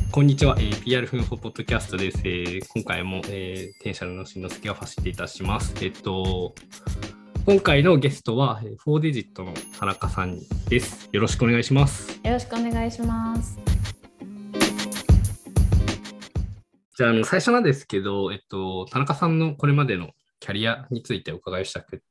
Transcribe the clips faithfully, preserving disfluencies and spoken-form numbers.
こんにちは、えー、ピーアール フンフォポッドキャストです。えー今回も、えー、テンシャルのしんのすけがファシリテーターします。えっと、今回のゲストは、えー、フォーディジットの田中さんです。よろしくお願いします。 よろしくお願いします。 じゃあ、あの最初なんですけど、えっと、田中さんのこれまでのキャリアについてお伺いしたくって、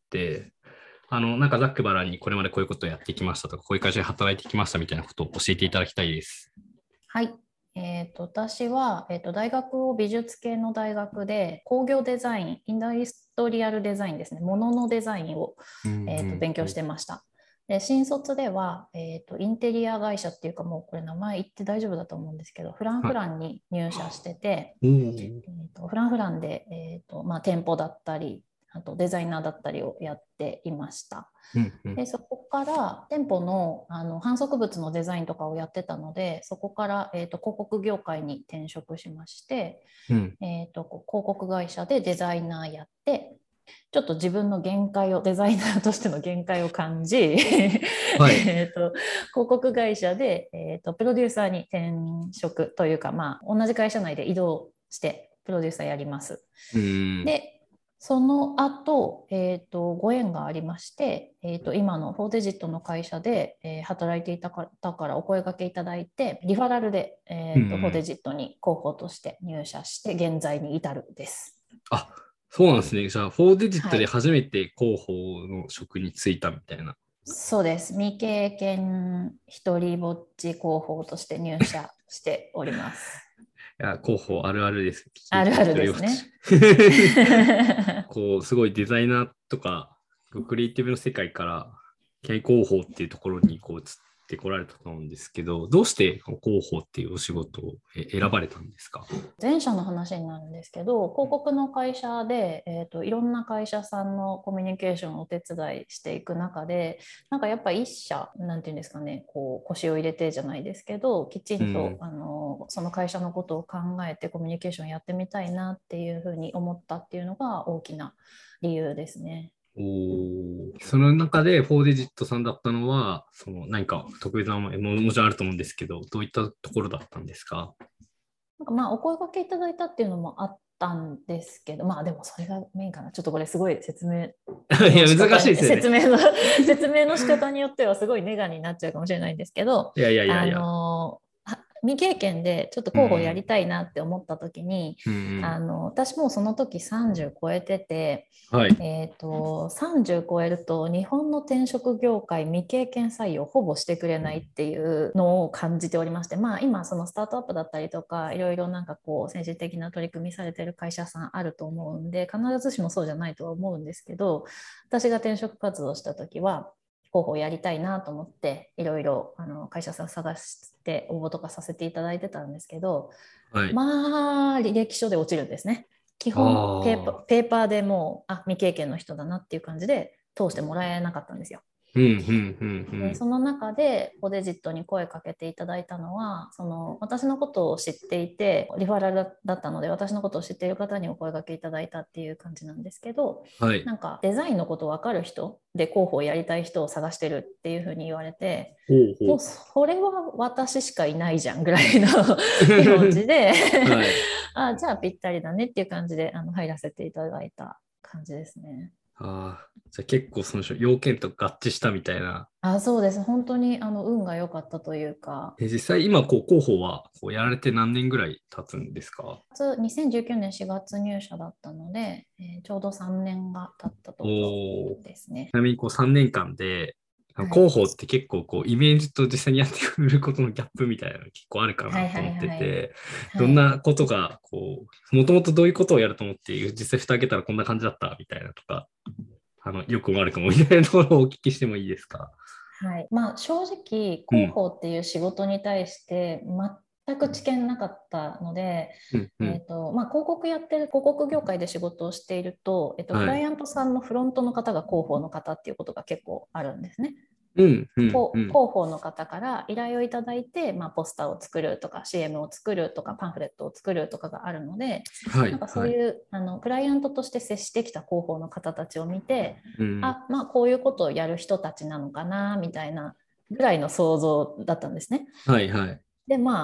あの、なんかざっくばらんにこれまでこういうことをやってきましたとか、こういう会社で働いてきましたみたいなことを教えていただきたいです。 はい。えーと、私は、えーと、大学を美術系の大学で工業デザイン、インダストリアルデザインですね、もののデザインを、えーと、勉強してました。で、新卒では、えーと、インテリア会社っていうか、もうこれ名前言って大丈夫だと思うんですけど、フランフランに入社してて、 はい、 えーと、フランフランで、えーとまあ、店舗だったり、あとデザイナーだったりをやっていました。 うんうん、 でそこから店舗 の, あの販促物のデザインとかをやってたので、そこから、えーと広告業界に転職しまして、 うん、 えーと広告会社でデザイナーやって、ちょっと自分の限界をデザイナーとしての限界を感じはい。 えと広告会社で、えーとプロデューサーに転職というか、まあ、同じ会社内で移動してプロデューサーやります。 うんでその後、えーと、ご縁がありまして、えーと、今のフォーデジットの会社で、えー、働いていた方からお声掛けいただいて、リファラルで、えーと、フォーデジットに広報として入社して、現在に至るです。 あ、そうなんですね。じゃあ、フォーデジットではい、 初めて広報の職に就いたみたいな。 そうです。未経験一人ぼっち広報として入社しております。 いや、広報あるあるです。経あるある験一人ぼっち。 ですね。 こう、すごいデザイナーとか、クリエイティブの世界から、広報っていうところにこう、つってこられたと思うんですけど、どうして広報っていうお仕事を選ばれたんですか？ 前者の話になるんですけど、広告の会社で、えーと、いろんな会社さんのコミュニケーションをお手伝いしていく中で、なんかやっぱ一社なんていうんですかね、こう腰を入れてじゃないですけど、きちんと、 うん、 あのその会社のことを考えてコミュニケーションやってみたいなっていうふうに思ったっていうのが大きな理由ですね。 おその中でフォーデジットさんだったのは、その何か特別なものもちろんあると思うんですけど、どういったところだったんですか？ なんかまあお声掛けいただいたっていうのもあったんですけど、まあでもそれがメインかな。ちょっとこれすごい説明いや、 の仕方に、 難しいですよね。 説明の説明の仕方によってはすごいネガになっちゃうかもしれないんですけど、 いやいやいやあいや。 の未経験でちょっとう広報やりん。 たいなって思った時に、 うん。 あの私もその時さんじゅう超えてて、 はい。 えーと、さんじゅう超えると日本の転職業界未経験採用ほぼしてくれないっていうのを感じておりまして、まあ、今そのスタートアップだったりとかいろいろなんかこう先進的な取り組みされてる会社さんあると思うんで、必ずしもそうじゃないとは思うんですけど、私が転職活動した時は広報やりたいなと思っていろいろあの会社さん探して応募とかさせていただいてたんですけど、 はい。 まあ履歴書で落ちるんですね。基本ペーパー、 ああ。 ペーパーでもうあ未経験の人だなっていう感じで通してもらえなかったんですよ。 うん、うん、うん、うでん。 その中でポデジットに声かけていただいたのは、その私のことを知っていてリファラルだったので、私のことを知っている方にお声かけいただいたっていう感じなんですけど、 はい。 なんかデザインのこと分かる人で広報をやりたい人を探してるっていうふうに言われて、 ほうほう。 もうそれは私しかいないじゃんぐらいの気持ちではい。 あ、じゃあぴったりだねっていう感じであの入らせていただいた感じですね。 ああ。じゃあ結構その要件と合致したみたいな。 あ、そうです。本当にあの運が良かったというか、 え、実際今、こう、広報はこうやられて何年ぐらい経つんですか？ にせんじゅうきゅうねんしがつ入社だったので、えーちょうどさんねんが経ったところおお。ちですね。 なみにこうさんねんかんで、 はい。 広報って結構こうイメージと実際にやってくることのギャップみたいなの結構あるかはいはなと思っていはい。 て、どんはい。 なことがこう、もともとどういうことをやると思って実際蓋開けたらこんな感じだったみたいなとか、あの、よくも悪くもみたいなところをお聞きしてもいいですか？ はい。まあ正直、 うん。 広報っていう仕事に対して全く知見なかったので、 うん、うん。 えーとまあ、広告やってる、広告業界で仕事をしていると、えっと、クはい。 ライアントさんのフロントの方が広報の方っていうことが結構あるんですね。 うん、うん、うこうん。 広報の方から依頼をいただいて、まあ、ポスターを作るとか シーエム を作るとかパンフレットを作るとかがあるので、 はい、 なんかそうはい。 いうあのクライアントとして接してきた広報の方たちを見て、 うん。 あ、まあこういうことをやる人たちなのかなみたいなぐらいの想像だったんですね。 はい、はい。 でまあ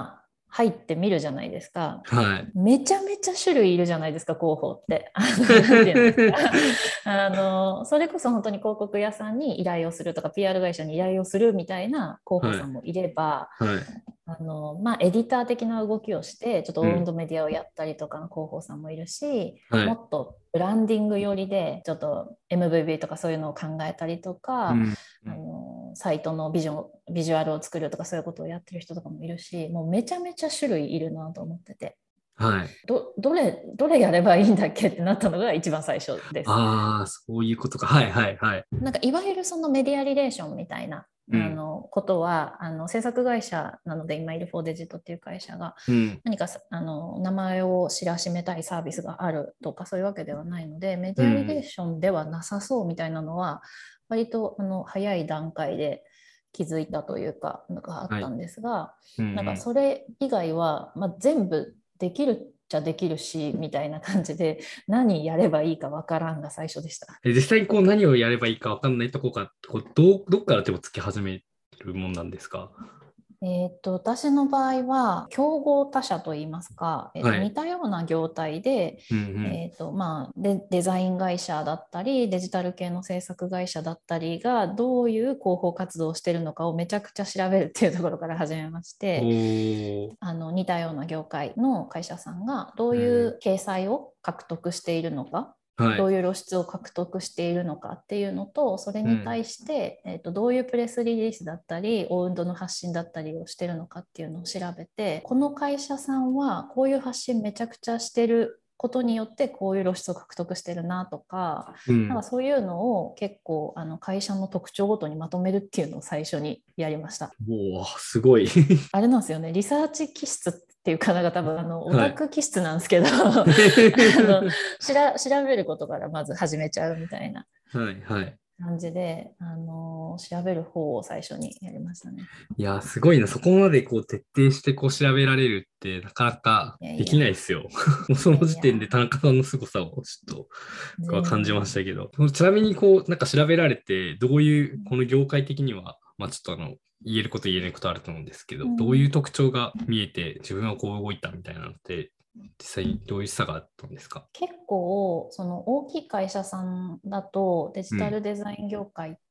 入ってみるじゃないですか。 はい。 めちゃめちゃ種類いるじゃないですか、広報って。あの、なんていうんですか。あの、それこそ本当に広告屋さんに依頼をするとか、ピーアール 会社に依頼をするみたいな広報はい。 さんもいれば、 はい。 あの、まあ、エディター的な動きをして、ちょっとオウンうん。 ドメディアをやったりとかの広報さんもいるし、 はい。 もっとブランディング寄りで、ちょっと エムブイビー とかそういうのを考えたりとか、 うん。うあん。 の、サイトのビジョン、ビジュアルを作るとかそういうことをやってる人とかもいるし、もうめちゃめちゃ種類いるなと思ってて、 はい。 ど、どれ、どれやればいいんだっけってなったのが一番最初です。 ああ、そういうことか。はいはいはい。 なんかいわゆるそのメディアリレーションみたいなうん。 あのことはあの制作会社なので今いるフォーデジットっていう会社がうん。 何かあの名前を知らしめたいサービスがあるとかそういうわけではないのでメディアリレーうん。 ションではなさそうみたいなのは割とあの早い段階で気づいたというかなんかあっはい。 たんですがうんうなんかん。 それ以外は、まあ、全部できるっちゃできるしみたいな感じで何やればいいかわからんが最初でした。 え、実際にこう何をやればいいかわかんないとこか、こうどう、どっからでもつき始めるもんなんですか？ えーと、私の場合は競合他社といいますか、えーと、 はい。 似たような業態で、 うんうん。 えーとまあ、デ、デザイン会社だったりデジタル系の制作会社だったりがどういう広報活動をしているのかをめちゃくちゃ調べるっていうところから始めましおてー。 あの似たような業界の会社さんがどういうん。 う掲載を獲得しているのかはい。 どういう露出を獲得しているのかっていうのとそれうん。 に対して、えーと、どういうプレスリリースだったりオウンドの発信だったりをしてるのかっていうのを調べてこの会社さんはこういう発信めちゃくちゃしてることによってこういう露出を獲得してるなとかうん。 なんかそういうのを結構あの会社の特徴ごとにまとめるっていうのを最初にやりました。 おー、すごい。 あれなんですよね、リサーチ気質っていうかなんか多分あのオはい。 タク気質なんですけどあのしら調べることからまず始めちゃうみたいなはい、はい。 感じで、あの調べる方を最初にやりましたね。 いやー、すごいな。そこまでこう徹底してこう調べられるってなかなかできないいやいや、 ですよ。もうそのいやいや、 時点で田中さんの凄さをちょっと僕は感じまし全然。 たけど。ちなみにこう、なんか調べられて、どういう、この業界的には、まあちょっとあの、言えること言えないことあると思うんですけど、どういううん、 特徴が見えて自分はこう動いたみたいなのって、実際にどういう差があったんですか？ 結構その大きい会社さんだとデジタうん。 ルデザイン業界って、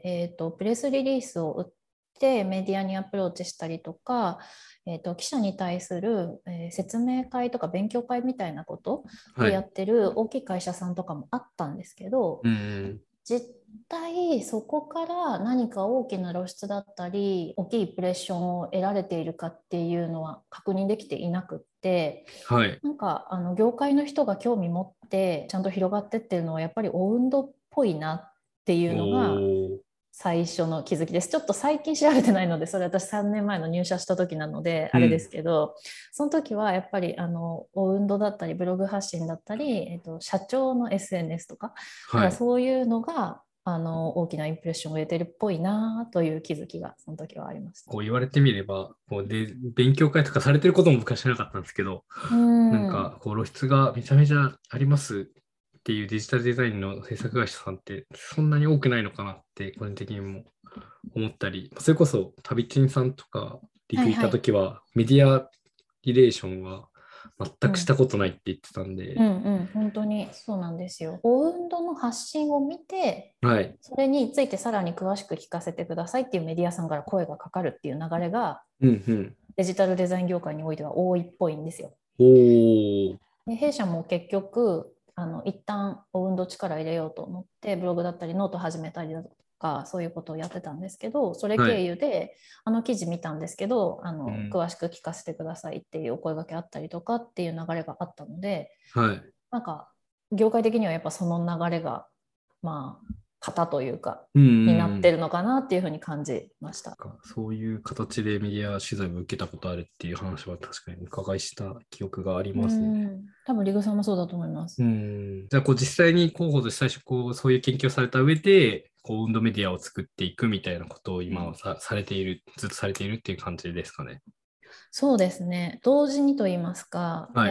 えーと、プレスリリースを売ってメディアにアプローチしたりとか、えーと、記者に対する、えー説明会とか勉強会みたいなことをはい。 やってる大きい会社さんとかもあったんですけどうん。 実際そこから何か大きな露出だったり大きいプレッションを得られているかっていうのは確認できていなくってはい。 なんかあの業界の人が興味持ってちゃんと広がってってるのはやっぱりオウンドっぽいなっていうのがおー。 最初の気づきです。ちょっと最近調べてないのでそれ私さんねんまえの入社した時なのであれでうん。 すけどその時はやっぱりあのオウンドだったりブログ発信だったり、えっと、社長の エスエヌエス とかなんかはい。 そういうのがあの大きなインプレッションを得てるっぽいなという気づきがその時はありました。 こう言われてみれば、こうで、勉強会とかされてることも昔なかったんですけど、 うなんんか、こう露出がめちゃめちゃありますっていうデジタルデザインの制作会社さんってそんなに多くないのかなって個人的にも思ったり、それこそ旅ンさんとかリクいたはいはい。 時はメディアリレーションは全くしうんたことないって言ってたんで、 うんうん、本当にそうなんですよ。オウンドの発信を見て、 はい。 それについてさらに詳しく聞かせてくださいっていうメディアさんから声がかかるっていう流れがうんうん。 デジタルデザイン業界においては多いっぽいんですよ。 おー。 で弊社も結局あの一旦オウンド力入れようと思ってブログだったりノート始めたりだとかそういうことをやってたんですけどそれ経はい。 由であの記事見たんですけどあうん。 の詳しく聞かせてくださいっていうお声がけあったりとかっていう流れがあったのではい。 なんか業界的にはやっぱその流れがまあ型というかうんうんになうん。 ってるのかなっていうふうに感じました。 かそういう形でメディア取材を受けたことあるっていう話は確かにお伺いした記憶がありうますね。 ん多分リグさんもそうだと思いまうす。 ん。じゃあ、こう実際に候補として最初こう、そういう研究をされた上で、こう、運動メディアを作っていくみたいなことを今はさ、されている、ずっとされているっていう感じですかね。 そうですね同時にと言いますかやっはい。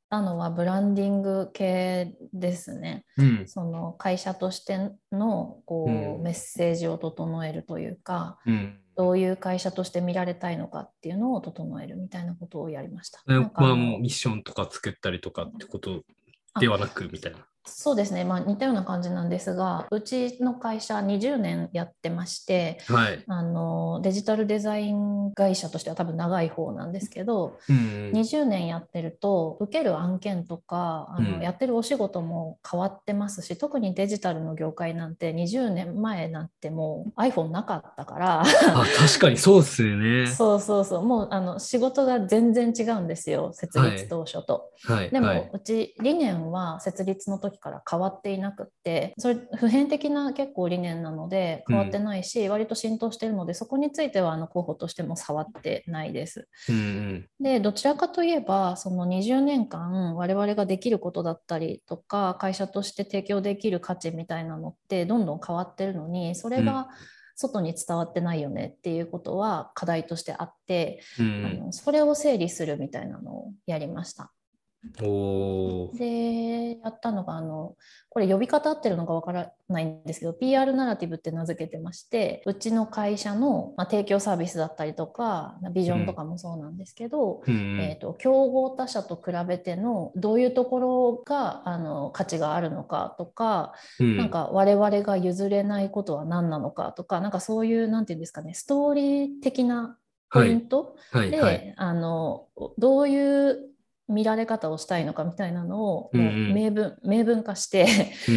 たのはブランディング系ですね。 うん。 その会社としてのうこうメッん。 セージを整えるというか、 うん。 どういう会社として見られたいのかっていうのを整えるみたいなことをやりました。 えなんかあまあ、もうの、 ミッションとか作ったりとかってことであ、 はなく、みたいな。 そうですね、まあ、似たような感じなんですが、うちの会社にじゅうねんやってまして、 はい。 あのデジタルデザイン会社としては多分長い方なんですけど、 うん。 にじゅうねんやってると受ける案件とかあうん。 のやってるお仕事も変わってますし、特にデジタルの業界なんてにじゅうねんまえなんてもう iPhone なかったからあ、確かにそうっすよね。 そうそうそう、もうあの仕事が全然違うんですよ、設立はい。 当初と。 はい。 ではい。 もうち理念は設立の時から変わっていなくって、それ普遍的な結構理念なので変わってうん。 ないし、割と浸透しているので、そこについてはあの候補としても触ってないです。 うん。 で、どちらかといえば、そのにじゅうねんかん我々ができることだったりとか、会社として提供できる価値みたいなのってどんどん変わってるのに、そうん。 れが外に伝わってないよねっていうことは課題としてあって、 うん。 あのそれを整理するみたいなのをやりました。 おー。 で、やったのが、あの、これ呼び方合ってるのかわからないんですけど、ピーアール ナラティブって名付けてまして、うちの会社の、まあ、提供サービスだったりとか、ビジョンとうん。 かもそうなんですけど、 うん。 えーと、競合他社と比べてのどういうところがあの価値があるのかとか、なんうん。 か我々が譲れないことは何なのかとか、なんかそういう、なんていうんですかね、ストーリー的なポはい。 イントはい。はい。 で、あの、どういう見られ方をしたいのかみたいなのをうん。うもうん。 明文、明文化してうん。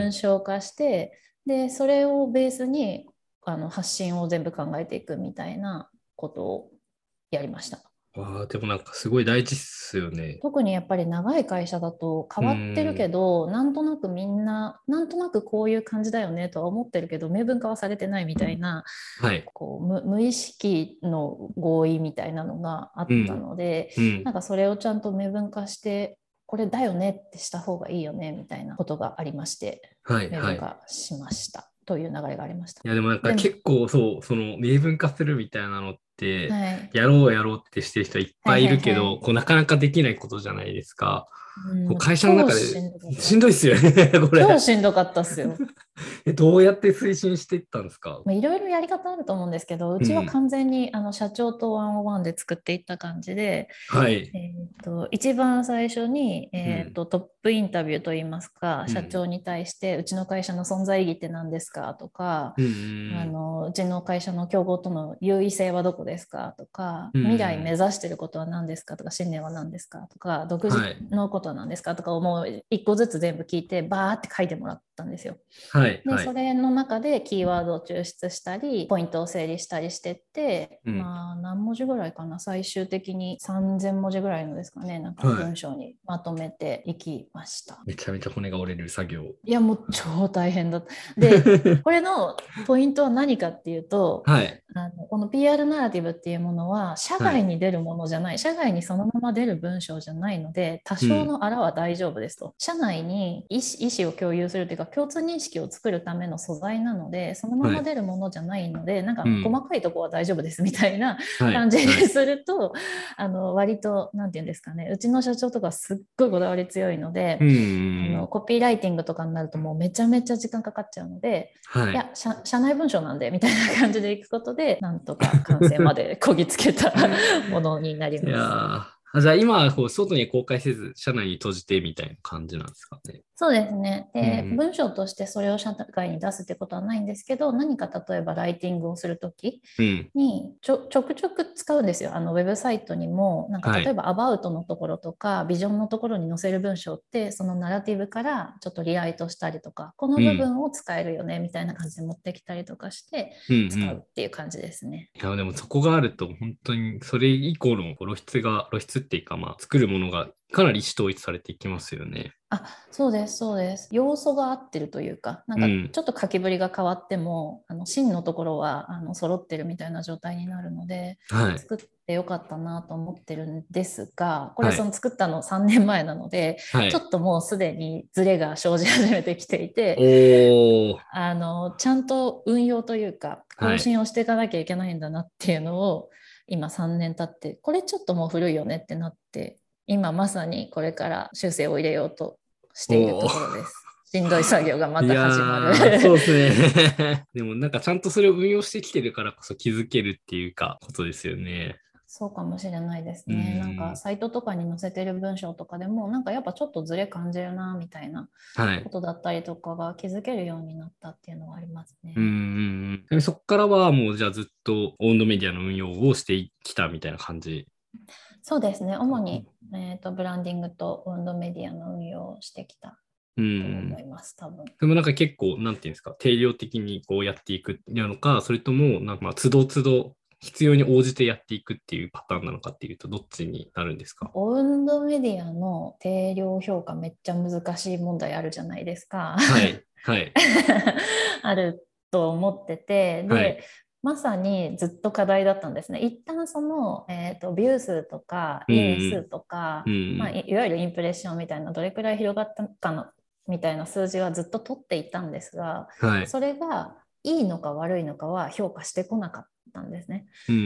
文章化して、で、それをベースにあの発信を全部考えていくみたいなことをやりました。 ああ、でもなんかすごい大事っすよね。 特にやっぱり長い会社だと変うわってるけん。 ど、なんとなくみんな、なんとなくこういう感じだよねとは思ってるけど、明文化はされてないみたいな、 はい。 こう無無意識の合意みたいなのがあったうん。 ので、 うん。 なんかそれをちゃんと明文化して、これだよねってした方がいいよねみたいなことがありまして、 はい。 明はい。 文化しましたという流れがありました。 いや、でもなんかでも、 結構そう、その明文化するみたいなのって、 はい。 やろうやろうってしてる人いっぱいいはいはいるけど、 はい。 こうなかなかできないことじゃないですか。 うん、もうこう会社の超中でしんどかった。 しんどいっすよね、これ。 超しんどかったっすよ。 えどうやって推進していったんですか？ まあいろいろやり方あると思うんですけど、うちはうん。 完全にあの社長とワンオンワンで作っていった感じで、 はい。 えーと、一番最初に、えーうん。 と、トップインタビューといいますか、 うん。 社長に対してうちの会社の存在意義って何ですかとか、 うん。うあん。 のうちの会社の競合との優位性はどこですかとか、 う未来目ん。 指していることは何ですかとか、信念は何ですかとか、独自はい。 のことは何ですかとかをもう一個ずつ全部聞いてバーって書いてもらったんですよ。 はい。 で、 はい。 それの中でキーワードを抽出したり、ポイントを整理したりしてって、 うん。 まあ、何文字ぐらいかな、最終的にさんぜん文字ぐらいのですかね、なんかはい。 文章にまとめていきました。 めちゃめちゃ骨が折れる作業。 いや、もう超大変だった。で、これのポイントは何かっていうと、 はい。 あのこの ピーアール ナラティブっていうものは、社はい。 外に出るものじゃない、社外にそのまま出る文章じゃないので、多少うん。 のあらは大丈夫ですと。社内に意思意思を共有するというか、共通認識を作るための素材なので、そのまはい。 ま出るものじゃないので、なんかうん。 細かいところは大丈夫ですみたいなはい。 感じにはい。 すると、あの割と、なんていうんですかね、うちの社長とかすっごいこだわり強いのうで、あのん。 コピーライティングとかになるともうめちゃめちゃ時間かかっちゃうので、 はい。 いや社、社内文章なんでみたいな感じでいくことで、なんとか完成までこぎつけたものになりいやーます。 あじゃあ今はこう外に公開せず、社内に閉じてみたいな感じなんですかね。 そうですね。で、 うん。 文章としてそれを社会に出すってことはないんですけど、何か例えばライティングをするときうん。 にちょ、ちょくちょく使うんですよ。あのウェブサイトにも、なんかはい。 例えばアバウトのところとか、ビジョンのところに載せる文章って、そのナラティブからちょっとリライトしたりとか、この部うん。 分を使えるよねみたいな感じで持ってきたりとかしてうん。う使うん。 っていう感じですね。 いや、でもそこがあると本当にそれ以降の露出が、露出っていうかまあ作るものがかなり意思統一されていきますよね。 あ、そうです、そうです。要素が合ってるというか、なんかうん。 ちょっと書きぶりが変わっても、あの芯のところはあの揃ってるみたいな状態になるので、 はい。 作ってよかったなと思ってるんですが、これはい。 その作ったのさんねんまえなので、 はい。 ちょっともうすでにズレが生じ始めてきていて、 おー。 あのちゃんと運用というか、更はい。 新をしていかなきゃいけないんだなっていうのを、今さんねん経って、これちょっともう古いよねってなって今まさにこれから修正を入れようとしているところです。 おしんどい作業がまた始まる。 いやーそうですね。でもなんかちゃんとそれを運用してきてるからこそ気づけるっていうか、ことですよね。 そうかもしれないですうね。なんかん。 サイトとかに載せてる文章とかでもなんかやっぱちょっとズレ感じるなみたいなはい。 ことだったりとかが気づけるようになったっていうのはありますうんうんね。 うん。でそこからはもうじゃあずっとオウンドメディアの運用をしてきたみたいな感じ。 そうですね。主に、えーと、ブランディングと運動メディアの運用をしてきたうんうと思ん。 います、多分。 でもなんか結構、なんていうんですか、定量的にこうやっていくのか、それとも、なんかまあ、都度都度必要に応じてやっていくっていうパターンなのかっていうと、どっちになるんですか？ 運動メディアの定量評価めっちゃ難しい問題あるじゃないですか。 はい、はい、 あると思ってて、 はい。 で、まさにずっと課題だったんですね。一旦その、えーと、ビュー数とか、 うん、 いいね数とか、 うん、うまあ、 ん、 い、いわゆるインプレッションみたいな、どれくらい広がったかのみたいな数字はずっと取っていたんですが、 はい、 それがいいのか悪いのかは評価してこなかったんですね。 うん、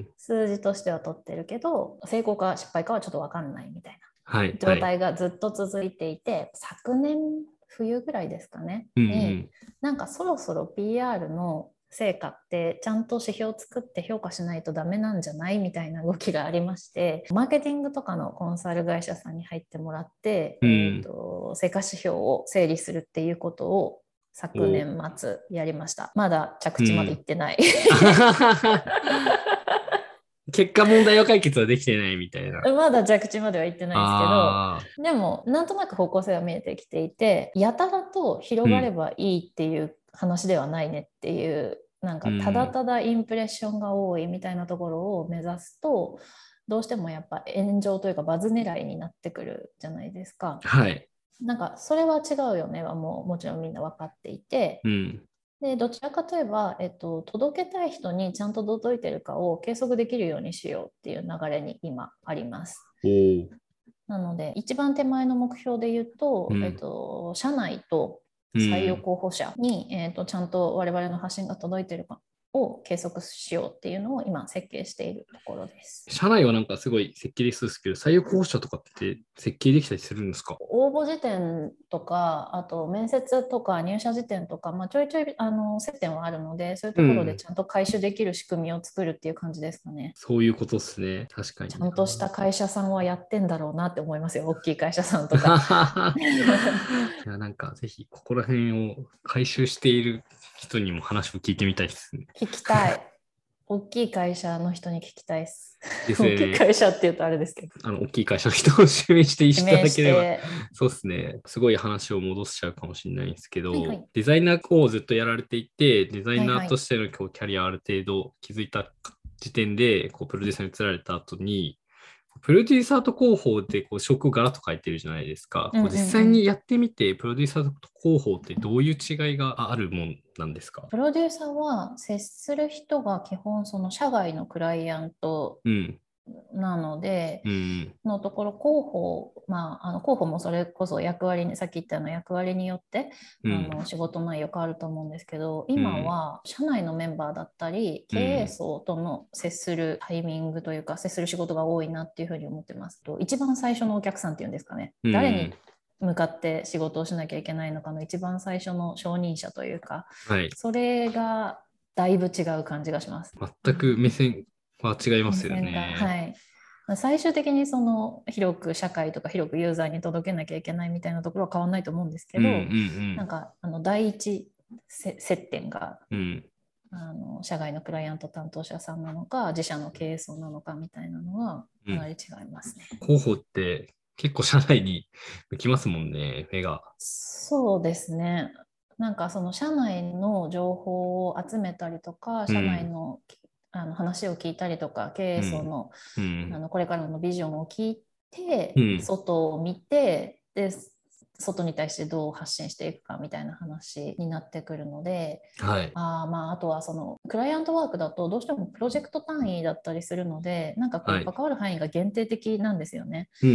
数字としては取ってるけど、成功か失敗かはちょっと分かんないみたいはい、 な状はい。 態がずっと続いていて、昨年冬ぐらいですかねうん、うに、 ん。 なんかそろそろ ピーアール の成果ってちゃんと指標を作って評価しないとダメなんじゃないみたいな動きがありまして、マーケティングとかのコンサル会社さんに入ってもらって、 うえーんと、成果指標を整理するっていうことを昨お、 年末やりました。まだ着地まで行うん。 ってない。 あははは結果問題は解決はできてないみたいな。 まだ着地までは行ってないですけど、 ああ、 でもなんとなく方向性は見えてきていて、やたらと広がれうん、 ばいいっていう話ではないねっていう、なんうかただん。 ただインプレッションが多いみたいなところを目指すと、どうしてもやっぱ炎上というかバズ狙いになってくるじゃないですか。 はい。 なんかそれは違うよねはもうもちろんみんな分かっていて、 うん。 でどちらかといえば、えっと、届けたい人にちゃんと届いてるかを計測できるようにしようっていう流れに今あります。 おお。 なので、一番手前の目標で言うと、えっうん。 と、社内とう採用ん。 候補者に、えっと、ちゃんと我々の発信が届いているかを計測しようっていうのを今設計しているところです。 社内はなんかすごい設計ですけど、採用候補者とかって設計できたりするんですか？ 応募時点とか、あと面接とか入社時点とか、まあ、ちょいちょいあの接点はあるので、そういうところでうん。 ちゃんと回収できる仕組みを作るっていう感じですかね。 そういうことですね。確かにな。 ちゃんとした会社さんはやってんだろうなって思いますよ、大きい会社さんとか。 いや、なんかぜひここら辺を回収している人にも話を聞いてみたいですね。 聞きたい。大きい会社の人に聞きたいです。 です大きいね。 会社って言うとあれですけど。 あの、大きい会社の人を指名してい指名ただければ、 して。 そうですね。すごい話を戻しちゃうかもしれないんですけど、 はいはい。 デザイナーをずっとやられていて、デザイナーとはいはい。 してのこうキャリアある程度築いた時点で、こうプロデューサーに移られた後に、プロデューサーと広報でこう職をガラッと変えてるじゃないですか。 うんうんこう実際うん。 にやってみて、プロデューサーと広報ってどういう違いがあるもんなんですか？ プロデューサーは接する人が基本その社外のクライアントうん。 なので、 うん。 のところ広報、まあ、あの広報もそれこそ役割に、さっき言ったような役割によってうん。 あの仕事内容変わると思うんですけど、今うん。 は社内のメンバーだったり経営うん。 層との接するタイミングというか接する仕事が多いなっていうふうに思ってますと、一番最初のお客さんっていうんですかね、 うん。 誰に向かって仕事をしなきゃいけないのかの一番最初の承認者というか、 はい。 それがだいぶ違う感じがします。 全く目線は違いますよ目線が、 ね。 はい。最終的にその広く社会とか広くユーザーに届けなきゃいけないみたいなところは変わらないと思うんですけうん。うど、 ん。 なんかあの第一接点がうん。うん。 あの社外のクライアント担当者さんなのか自社の経営層なのかみたいなのはうん。 かなり違いますね。 広報って結構社内に向きますもんね、目が。 そうですね。なんかその社内の情報を集めたりとか、社内うん。 の、あの話を聞いたりとか、経営層うん。 の、 うん。 あのこれからのビジョンを聞いて、 うん。 外を見て、で、外に対してどう発信していくかみたいな話になってくるので、 はい。 あまあ、あとはそのクライアントワークだとどうしてもプロジェクト単位だったりするので、なんかこはい。 う関わる範囲が限定的なんですよね。 うん。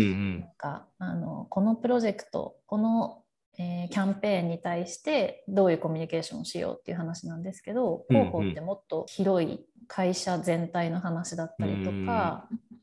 なんかあのこのプロジェクト、この、えーキャンペーンに対してどういうコミュニケーションをしようっていう話なんですけど、 うん。う広報ってん。 もっと広い会社全体の話だっうたりとん。 か、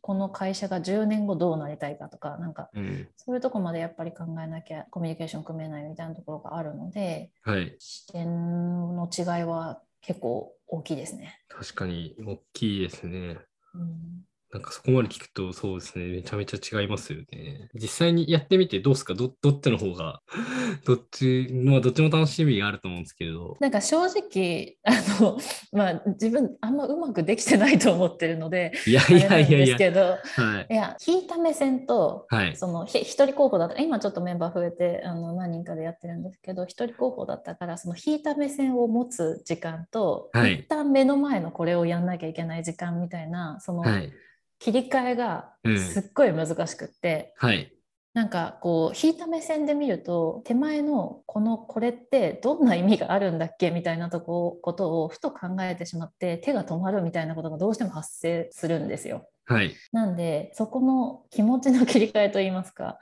この会社がじゅうねんごどうなりたいかとか、なんかうん、 そういうとこまでやっぱり考えなきゃコミュニケーション組めないみたいなところがあるので、 はい。 視点の違いは結構大きいですね。 確かに大きいですね。 うん、 なんかそこまで聞くとそうですね、めちゃめちゃ違いますよね。実際にやってみてどうですか？ど、どっちの方がどっち、まあどっちも楽しみがあると思うんですけど。 なんか正直あの、まあ、自分あんまうまくできてないと思ってるのでいやいあれなんでやいやいや、 すけど、 はい。 いや引いた目線とはい。 そのひ一人候補だったら今ちょっとメンバー増えてあの何人かでやってるんですけど、一人候補だったからその引いた目線を持つ時間と一はい。 旦目の前のこれをやんなきゃいけない時間みたいなそのはい。 切り替えがうん。 すっごい難しくって。 はい。 なんかこう引いた目線で見ると手前のこのこれってどんな意味があるんだっけみたいなとこことをふと考えてしまって手が止まるみたいなことがどうしても発生するんですよ。 はい。 なんでそこの気持ちの切り替えといいますか、 うん。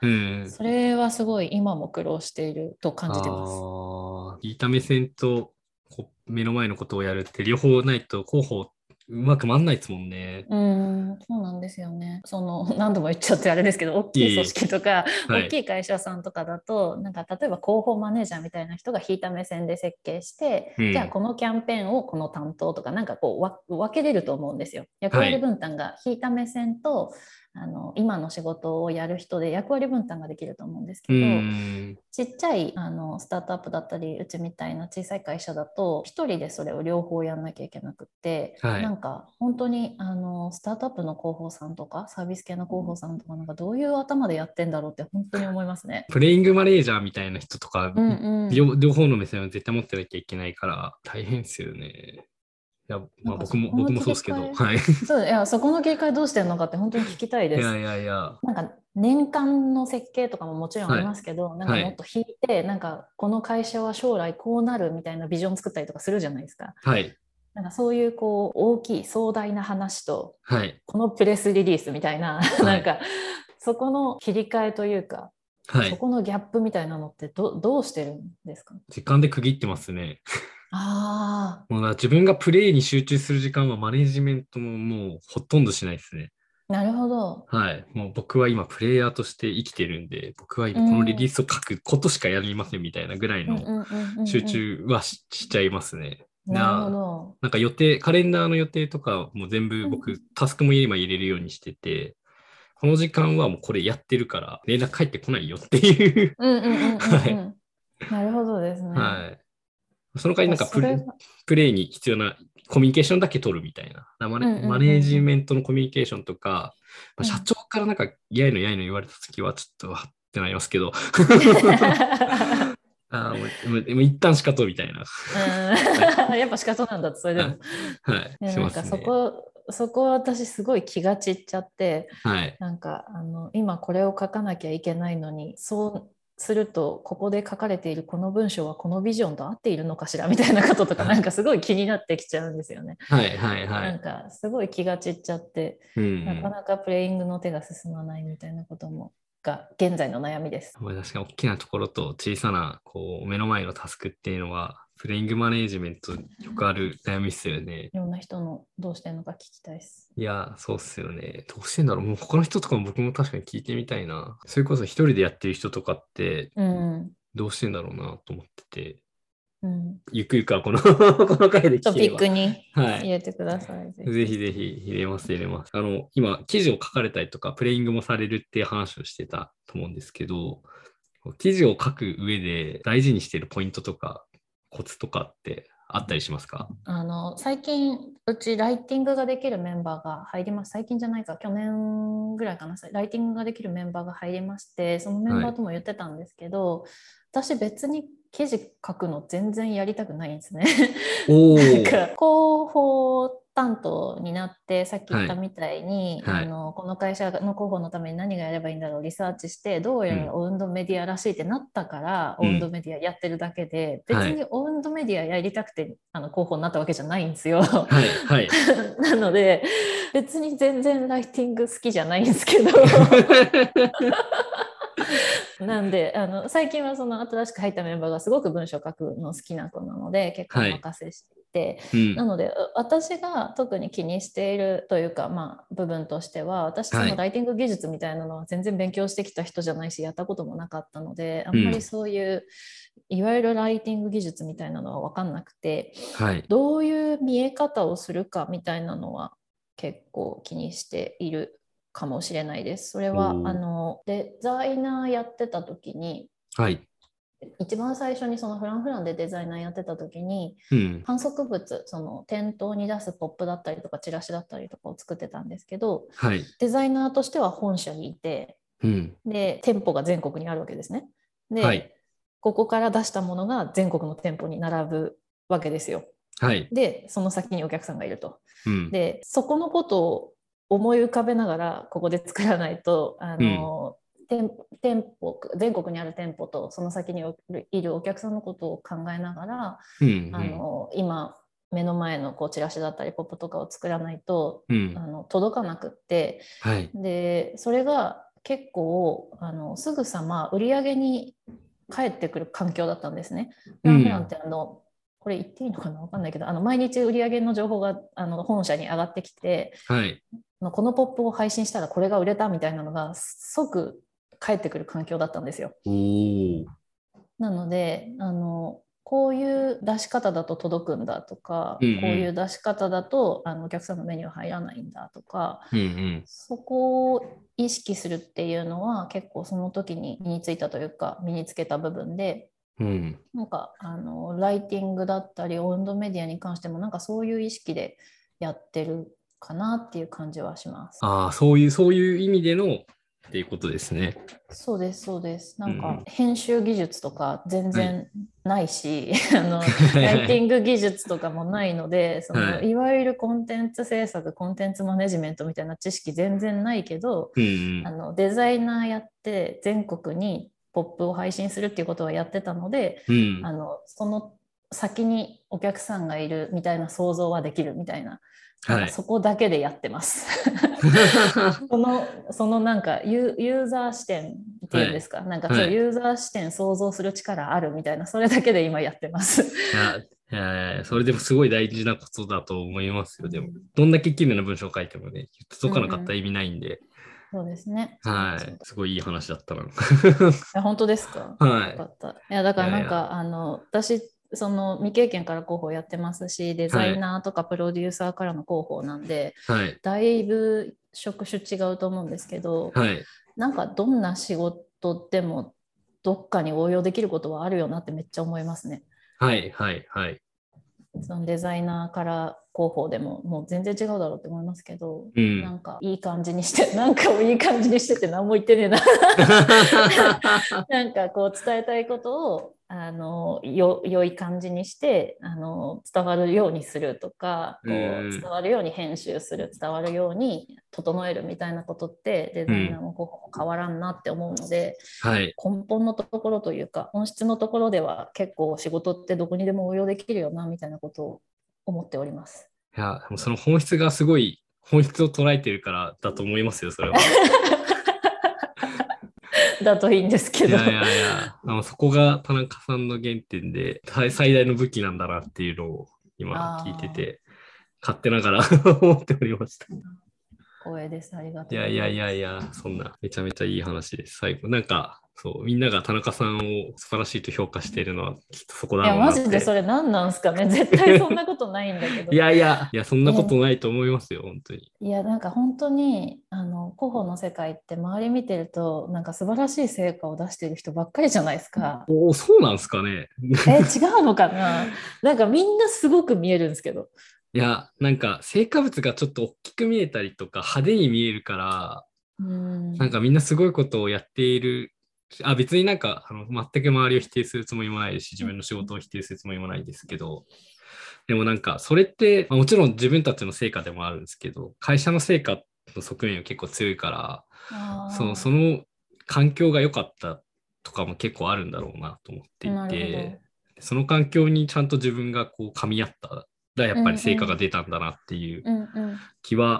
それはすごい今も苦労していると感じてます。 ああ、いいた目線とこ目の前のことをやるって両方ないと広報うまく回んないですもんね。 うーん、そうなんですよね。その何度も言っちゃってあれですけど、大きい組いえいえ。 織とか、 はい。 大きい会社さんとかだと、なんか例えば広報マネージャーみたいな人が引いた目線で設計して、じゃあうん。 このキャンペーンをこの担当とか、なんかこうわ分けれると思うんですよ。役割はい。 分担が引いた目線と、あの今の仕事をやる人で役割分担ができると思うんですうけど、 ーん。 ちっちゃいあのスタートアップだったりうちみたいな小さい会社だと一人でそれを両方やんなきゃいけなくってはい。 なんか本当にあのスタートアップの広報さんとかサービス系の広報さんとかなんかどういう頭でやってんだろうって本当に思いますね。 プレイングマネージャーみたいな人とか、 うんうん。 両、両方の目線を絶対持ってなきゃいけないから大変ですよね。いや、まあ僕も、 なんかそこの僕も切そうですけど、 り替え、 はい。 そう、いや、そこの切り替えどうしてんのかって本当に聞きたいです。 いやいやいや、 なんか年間の設計とかももちろんありはい。 ますけど、なんかはい。 もっと引いて、なんかこの会社は将来こうなるみたいなビジョン作ったりとかするじゃないですか。 はい。 なんかそういうこう大きい壮大な話とはい。 このプレスリリースみたいなはい。 なんかそこの切り替えというかはい。 そこのギャップみたいなのってどどうしてるんですか？ 時間で区切ってますね。 あもうだ自分がプレイに集中する時間はマネジメントももうほとんどしないですね。 あ、なるほど。 はい。もう僕は今プレイヤーとして生きてるんで、僕はう今このリリーん、 スを書くことしかやりませんみたいなぐらいのうんうんうんうん集う中はし、しちゃいますね。 ん。なるほな、 ど。 なんか予定、カレンダーの予定とかも全部うん僕、タスクも今入れるようにしてて、この時間はもうこれやってるから連絡返ってこないよっていううんうんうんうはい。 んうん。なるほどですね。 はい。その代わりじゃあなんかプレ、 それが、 プレイに必要なコミュニケーションだけ取るみたいな。マネ、 うんうんマネーうんうんジメントのコミュニケーションとか、まあ社うん。 長からなんかやいのやいの言われたときはちょっとはってなりますけどあーもう、もうもう一旦しかとみたいな。 うはい。 んやっぱ仕方なんだとそれでも。 はい。はい。 でしまなんかそすね。 こそこは私すごい気が散っちゃってはい。 なんかあの今これを書かなきゃいけないのにそうするとここで書かれているこの文章はこのビジョンと合っているのかしらみたいなこととかなんかすごい気になってきちゃうんですよね。 はい。はい。はい。 なんかすごい気が散っちゃってうん、うなかん。 なかプレイングの手が進まないみたいなこともが現在の悩みです。 まあ確かに大きなところと小さなこう目の前のタスクっていうのは、プレイングマネージメントよくある悩みっすよね。 いろんな人のどうしてるのか聞きたいです。 いや、そうっすよね。どうしてんだろう。もう他の人とかも僕も確かに聞いてみたいな。それこそ一人でやってる人とかってうん、 どうしてんだろうなと思ってて、 うん、 ゆっくりかこのこの回で聞トピければ。 ックにはい。 入れてください。ぜぜひひ。 ぜひ入れます入れます。あの、今、記事を書かれたりとか、プレイングもされるっていう話をしてたと思うんですけど、記事を書く上で大事にしているポイントとか、コツとかってあったりしますか？ あの最近うちライティングができるメンバーが入ります。最近じゃないか去年ぐらいかな。ライティングができるメンバーが入りましてそのメンはい。 バーとも言ってたんですけど私別に記事書くの全然やりたくないんですね。 おなんかー。 広報担当になってさっき言っはい。 たみたいにあはい。 のこの会社の広報のために何がやればいいんだろうリサーチしてどうやらうん。 オウンドメディアらしいってなったからオウンドうん。 メディアやってるだけで別はい。 にオウンドメディアやりたくてあの広報になったわけじゃないんですよ。 はい。はい。 なので別に全然ライティング好きじゃないんですけどなんであの最近はその新しく入ったメンバーがすごく文章を書くの好きな子なので結構おはい。 任せしていて、 うん。 なので私が特に気にしているというか、まあ、部分としては、私そはい。 のライティング技術みたいなのは全然勉強してきた人じゃないし、やったこともなかったので、あんまりうん。 そういういわゆるライティング技術みたいなのは分かんなくて、 はい。 どういう見え方をするかみたいなのは結構気にしているかもしれないです。それおはあー。 のデザイナーやってた時に、 はい。 一番最初にそのフランフランでデザイナーやってた時に、 うん。 販促物、その店頭に出すポップだったりとかチラシだったりとかを作ってたんですけど、 はい。 デザイナーとしては本社にいて、 うん。 で店舗が全国にあるわけですね。 はい。 でここから出したものが全国の店舗に並ぶわけですよ。 はい。 でその先にお客さんがいると。 うん。 でそこのことを思い浮かべながらここで作らないと、あうん。 の店店舗全国にある店舗とその先にいるお客さんのことを考えながら、 うん。うあん。 の今目の前のこうチラシだったりポップとかを作らないと、 うん。 あの届かなくって、 はい。 でそれが結構あのすぐさま売り上げに返ってくる環境だったんですね。フランフランっうん。 てあのこれ言っていいのかな分かんないけど、あの毎日売り上げの情報があの本社に上がってきて、 はい。 このポップを配信したらこれが売れたみたいなのが即返ってくる環境だったんですよ。 おー。 なのであのこういう出し方だと届くんだとか、 うんうこういうん。 出し方だとあのお客さんの目には入らないんだとか、 うんうん。 そこを意識するっていうのは結構その時に身についたというか身につけた部分で、 うん。 なんかあのライティングだったりオウンドメディアに関してもなんかそういう意識でやってるかなっていう感じはします。 ああ、そういう、そういう意味でのっていうことですね。 そうですそうです。なんかうん。 編集技術とか全はい。 然ないしあのはいライティンはい。 グ技術とかもないので、そはい。 のいわゆるコンテンツ制作コンテンツマネジメントみたいな知識全然ないけど、 うんうんあのデザイナーやって全国にポップを配信するっていうことはやってたので、 うん。 あのその先にお客さんがいるみたいな想像はできるみたいな、なんはい。 かそこだけでやってます。そのそのなんかユユーザー視点っていはい。 うんですか、なんかそはい。 うユーザー視点想像する力あるみたいな、それだけで今やってます。 いや、いやいや、それでもすごい大事なことだと思いますよ。でも、どんだけ綺麗な文章を書いてもね、 うんう届かなかったら意ん、 味ないんで、 そうですね。そうだはい。 そうだ。いすごいいい話だったな。 や本当ですか？ はい。 よかった。いやだからいやいや、 なんかあの私その未経験から広報やってますし、デザはい。 イナーとかプロデューサーからの広報なんで、 はい。 だいぶ職種違うと思うんですけど、 はい。 なんかどんな仕事でもどっかに応用できることはあるよなってめっちゃ思いますね。 はい。はい。はい。 そのデザイナーから広報でももう全然違うだろうって思いますけど、 うん。 なんかいい感じにしてなんかをいい感じにしてて何も言ってねえな。なんかこう伝えたいことをあのよ良い感じにしてあの伝わるようにするとか、 うこうん。 伝わるように編集する、伝わるように整えるみたいなことってデザイナーうん。 も広報も変わらんなって思うので、 はい。 根本のところというか本質のところでは結構仕事ってどこにでも応用できるよなみたいなことを思っております。 いや、もうその本質がすごい、本質を捉えてるからだと思いますよ、それは。 だといいんですけど。 いやいやいや、あのそこが田中さんの原点で、最最大の武器なんだなっていうのを今聞いてああ、 て、勝手ながら思っておりました。 光栄です。ありがとうごいやいやざいます。 いやいや、そんな、めちゃめちゃいい話です。最後、なんか、そう、みんなが田中さんを素晴らしいと評価しているのは、きっとそこだいや、 ろうマなって。 ジでそれ何なんすかね。絶対そんなことないんだけいど。 やいや、いや、そんなことえ、 ないと思いますよ、本当に。 いや、なんか本当に、あの、広報の世界って周り見てると、なんか素晴らしい成果を出してる人ばっかりじゃないですか。 おお、そうなんすかね。 え、違うのかな。なんかみんなすごく見えるんですけど。 いや、なんか、成果物がちょっと大きく見えたりとか、派手に見えるから、 うん。 なんかみんなすごいことをやっている。あ、別になんか、あの、全く周りを否定するつもりもないですし、自分の仕事を否定するつもりもないですけど、でもなんか、それって、まあもちろん自分たちの成果でもあるんですけど、会社の成果の側面が結構強いから、その、そあの環境が良かったとかも結構あるんだろうなと思ってあ、 いなるほて、 ど。 その環境にちゃんと自分がこう噛み合ったら、やっうぱり成果がんうん。 出たんだなっていううんうん。 気は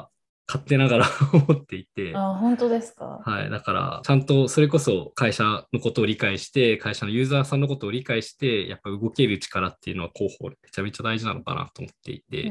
勝手ながら思っていて、 あ、本当ですか。 はい。だから、ちゃんとそれこそ会社のことを理解して、会社のユーザーさんのことを理解して、やっぱ動ける力っていうのは広報めちゃめちゃ大事なのかなと思っていて、 うん、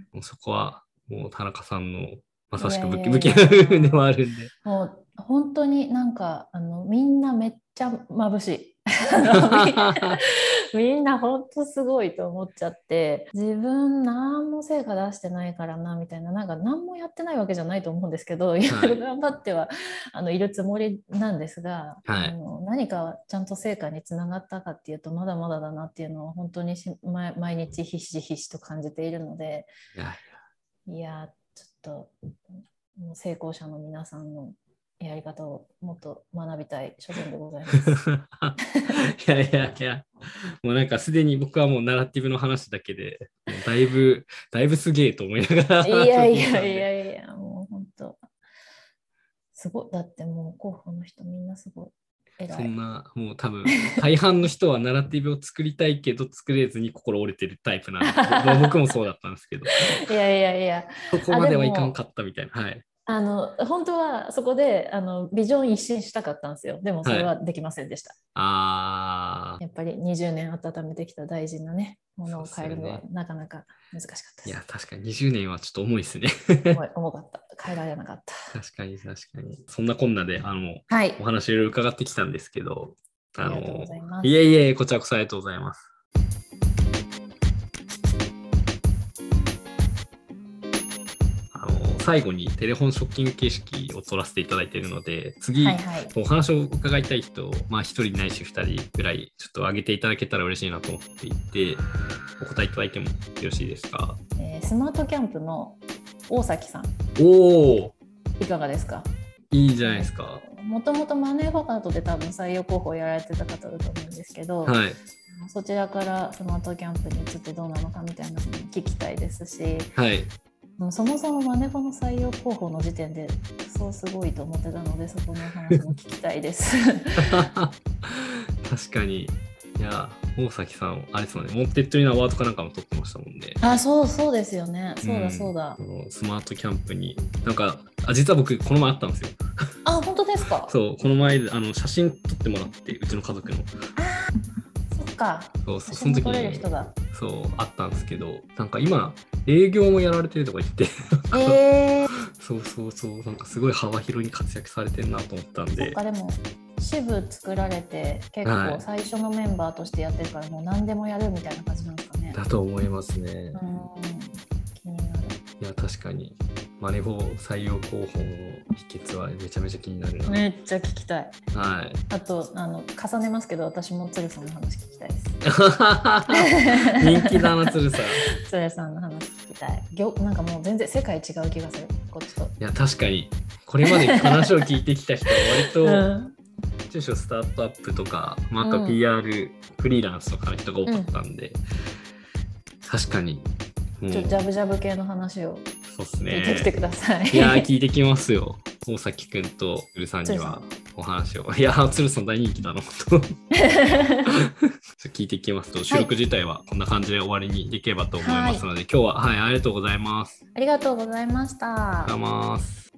もうそこはもう田中さんのまさしく武器、 いやいやいや武器な部分でもあるんで。 もう本当になんかあのみんなめっちゃ眩しい。あのみみんな本当すごいと思っちゃって、自分何も成果出してないからなみたいな、なんか何もやってないわけじゃないと思うんですけど、いろいろ頑張ってはあのいるつもりなんですが、 はい、 あの何かちゃんと成果につながったかっていうとまだまだだなっていうのを本当にし毎毎日ひしひしと感じているので、 いやいやちょっともう成功者の皆さんのやり方をもっと学びたい所存でございます。 いやいやいや、もうなんかすでに僕はもうナラティブの話だけで、もうだいぶ、だいぶすげえと思いながら。 いやいやいやいや、もう本当。すごい。だってもう候補の人みんなすごい。偉い。 そんな、もう多分、大半の人はナラティブを作りたいけど、作れずに心折れてるタイプなんで、僕もそうだったんですけど。 いやいやいや。 そこまではいかんかったみたいな。はい。 あの本当はそこであのビジョン一新したかったんですよ。でもそれはできませんでした。はい、 あやっぱりにじゅうねん温めてきた大事なね、ものを変えるのはなかなか難しかったです。 いや、確かににじゅうねんはちょっと重いですね。 重い重かった。変えられなかった。 確かに確かに。そんなこんなで、あの、 はい、 お話いろいろ伺ってきたんですけど、 あのありがとうございます。 いえいえ、こちらこそありがとうございます。最後にテレフォンショッキング形式を取らせていただいているので、次、はいはい、お話を伺いたい人、まあ、ひとりないしふたりぐらいちょっと挙げていただけたら嬉しいなと思っていて、お答えいただいてもよろしいですか。 えー、スマートキャンプの大崎さん、 おー、 いかがですか。 いいじゃないですか。 もともとマネーファカートで多分採用候補をやられてた方だと思うんですけど、 はい、 そちらからスマートキャンプに移ってどうなのかみたいなのも聞きたいですし、 はい、 そもそもマネファの採用候補の時点でそうすごいと思ってたので、そこの話も聞きたいです確かに。いや、大崎さん、あれですもんね、モンテッドリのアワードかなんかも取ってましたもんね。 あ、そうそうですよね。そうだそうだ。 うん、スマートキャンプに、なんか、あ、実は僕、この前あったんですよ。 あ、本当ですか。 そう、この前、あの写真撮ってもらって、うちの家族の。 あ、そっか。 そうそう、その時に、 人だそう、あったんですけど、なんか今、営業もやられてるとか言って、 えー、 そうそうそう、なんかすごい幅広に活躍されてるなと思ったんで。 そっか、でも支部作られて結構最初のメンバーとしてやってるから、はい、もう何でもやるみたいな感じなんですかね。 だと思いますね。 うん、気になる。 いや、確かにマネフォ採用候補の秘訣はめちゃめちゃ気になるな。 めっちゃ聞きたい。 はい。 あとあの重ねますけど、私も鶴さんの話聞きたいです。 人気だな、鶴さん。 鶴さんの話聞きたい。なんかもう全然世界違う気がする、こっちと。 いや、確かにこれまで話を聞いてきた人は割と、 うん中小スタートアップとか、まあ、あと ピーアール、うん、フリーランスとかの人が多かったんで、うん、確かにもうちょっとジャブジャブ系の話をそうっすね、 聞いてきてください。 いや聞いてきますよ。大崎くんと鶴さんにはお話を。いや鶴さん大人気だなと聞いてきますと、収録自体はこんな感じで終わりにできればと思いますので、はい、今日は、はい、ありがとうございます。 ありがとうございました。 ありがとうございます。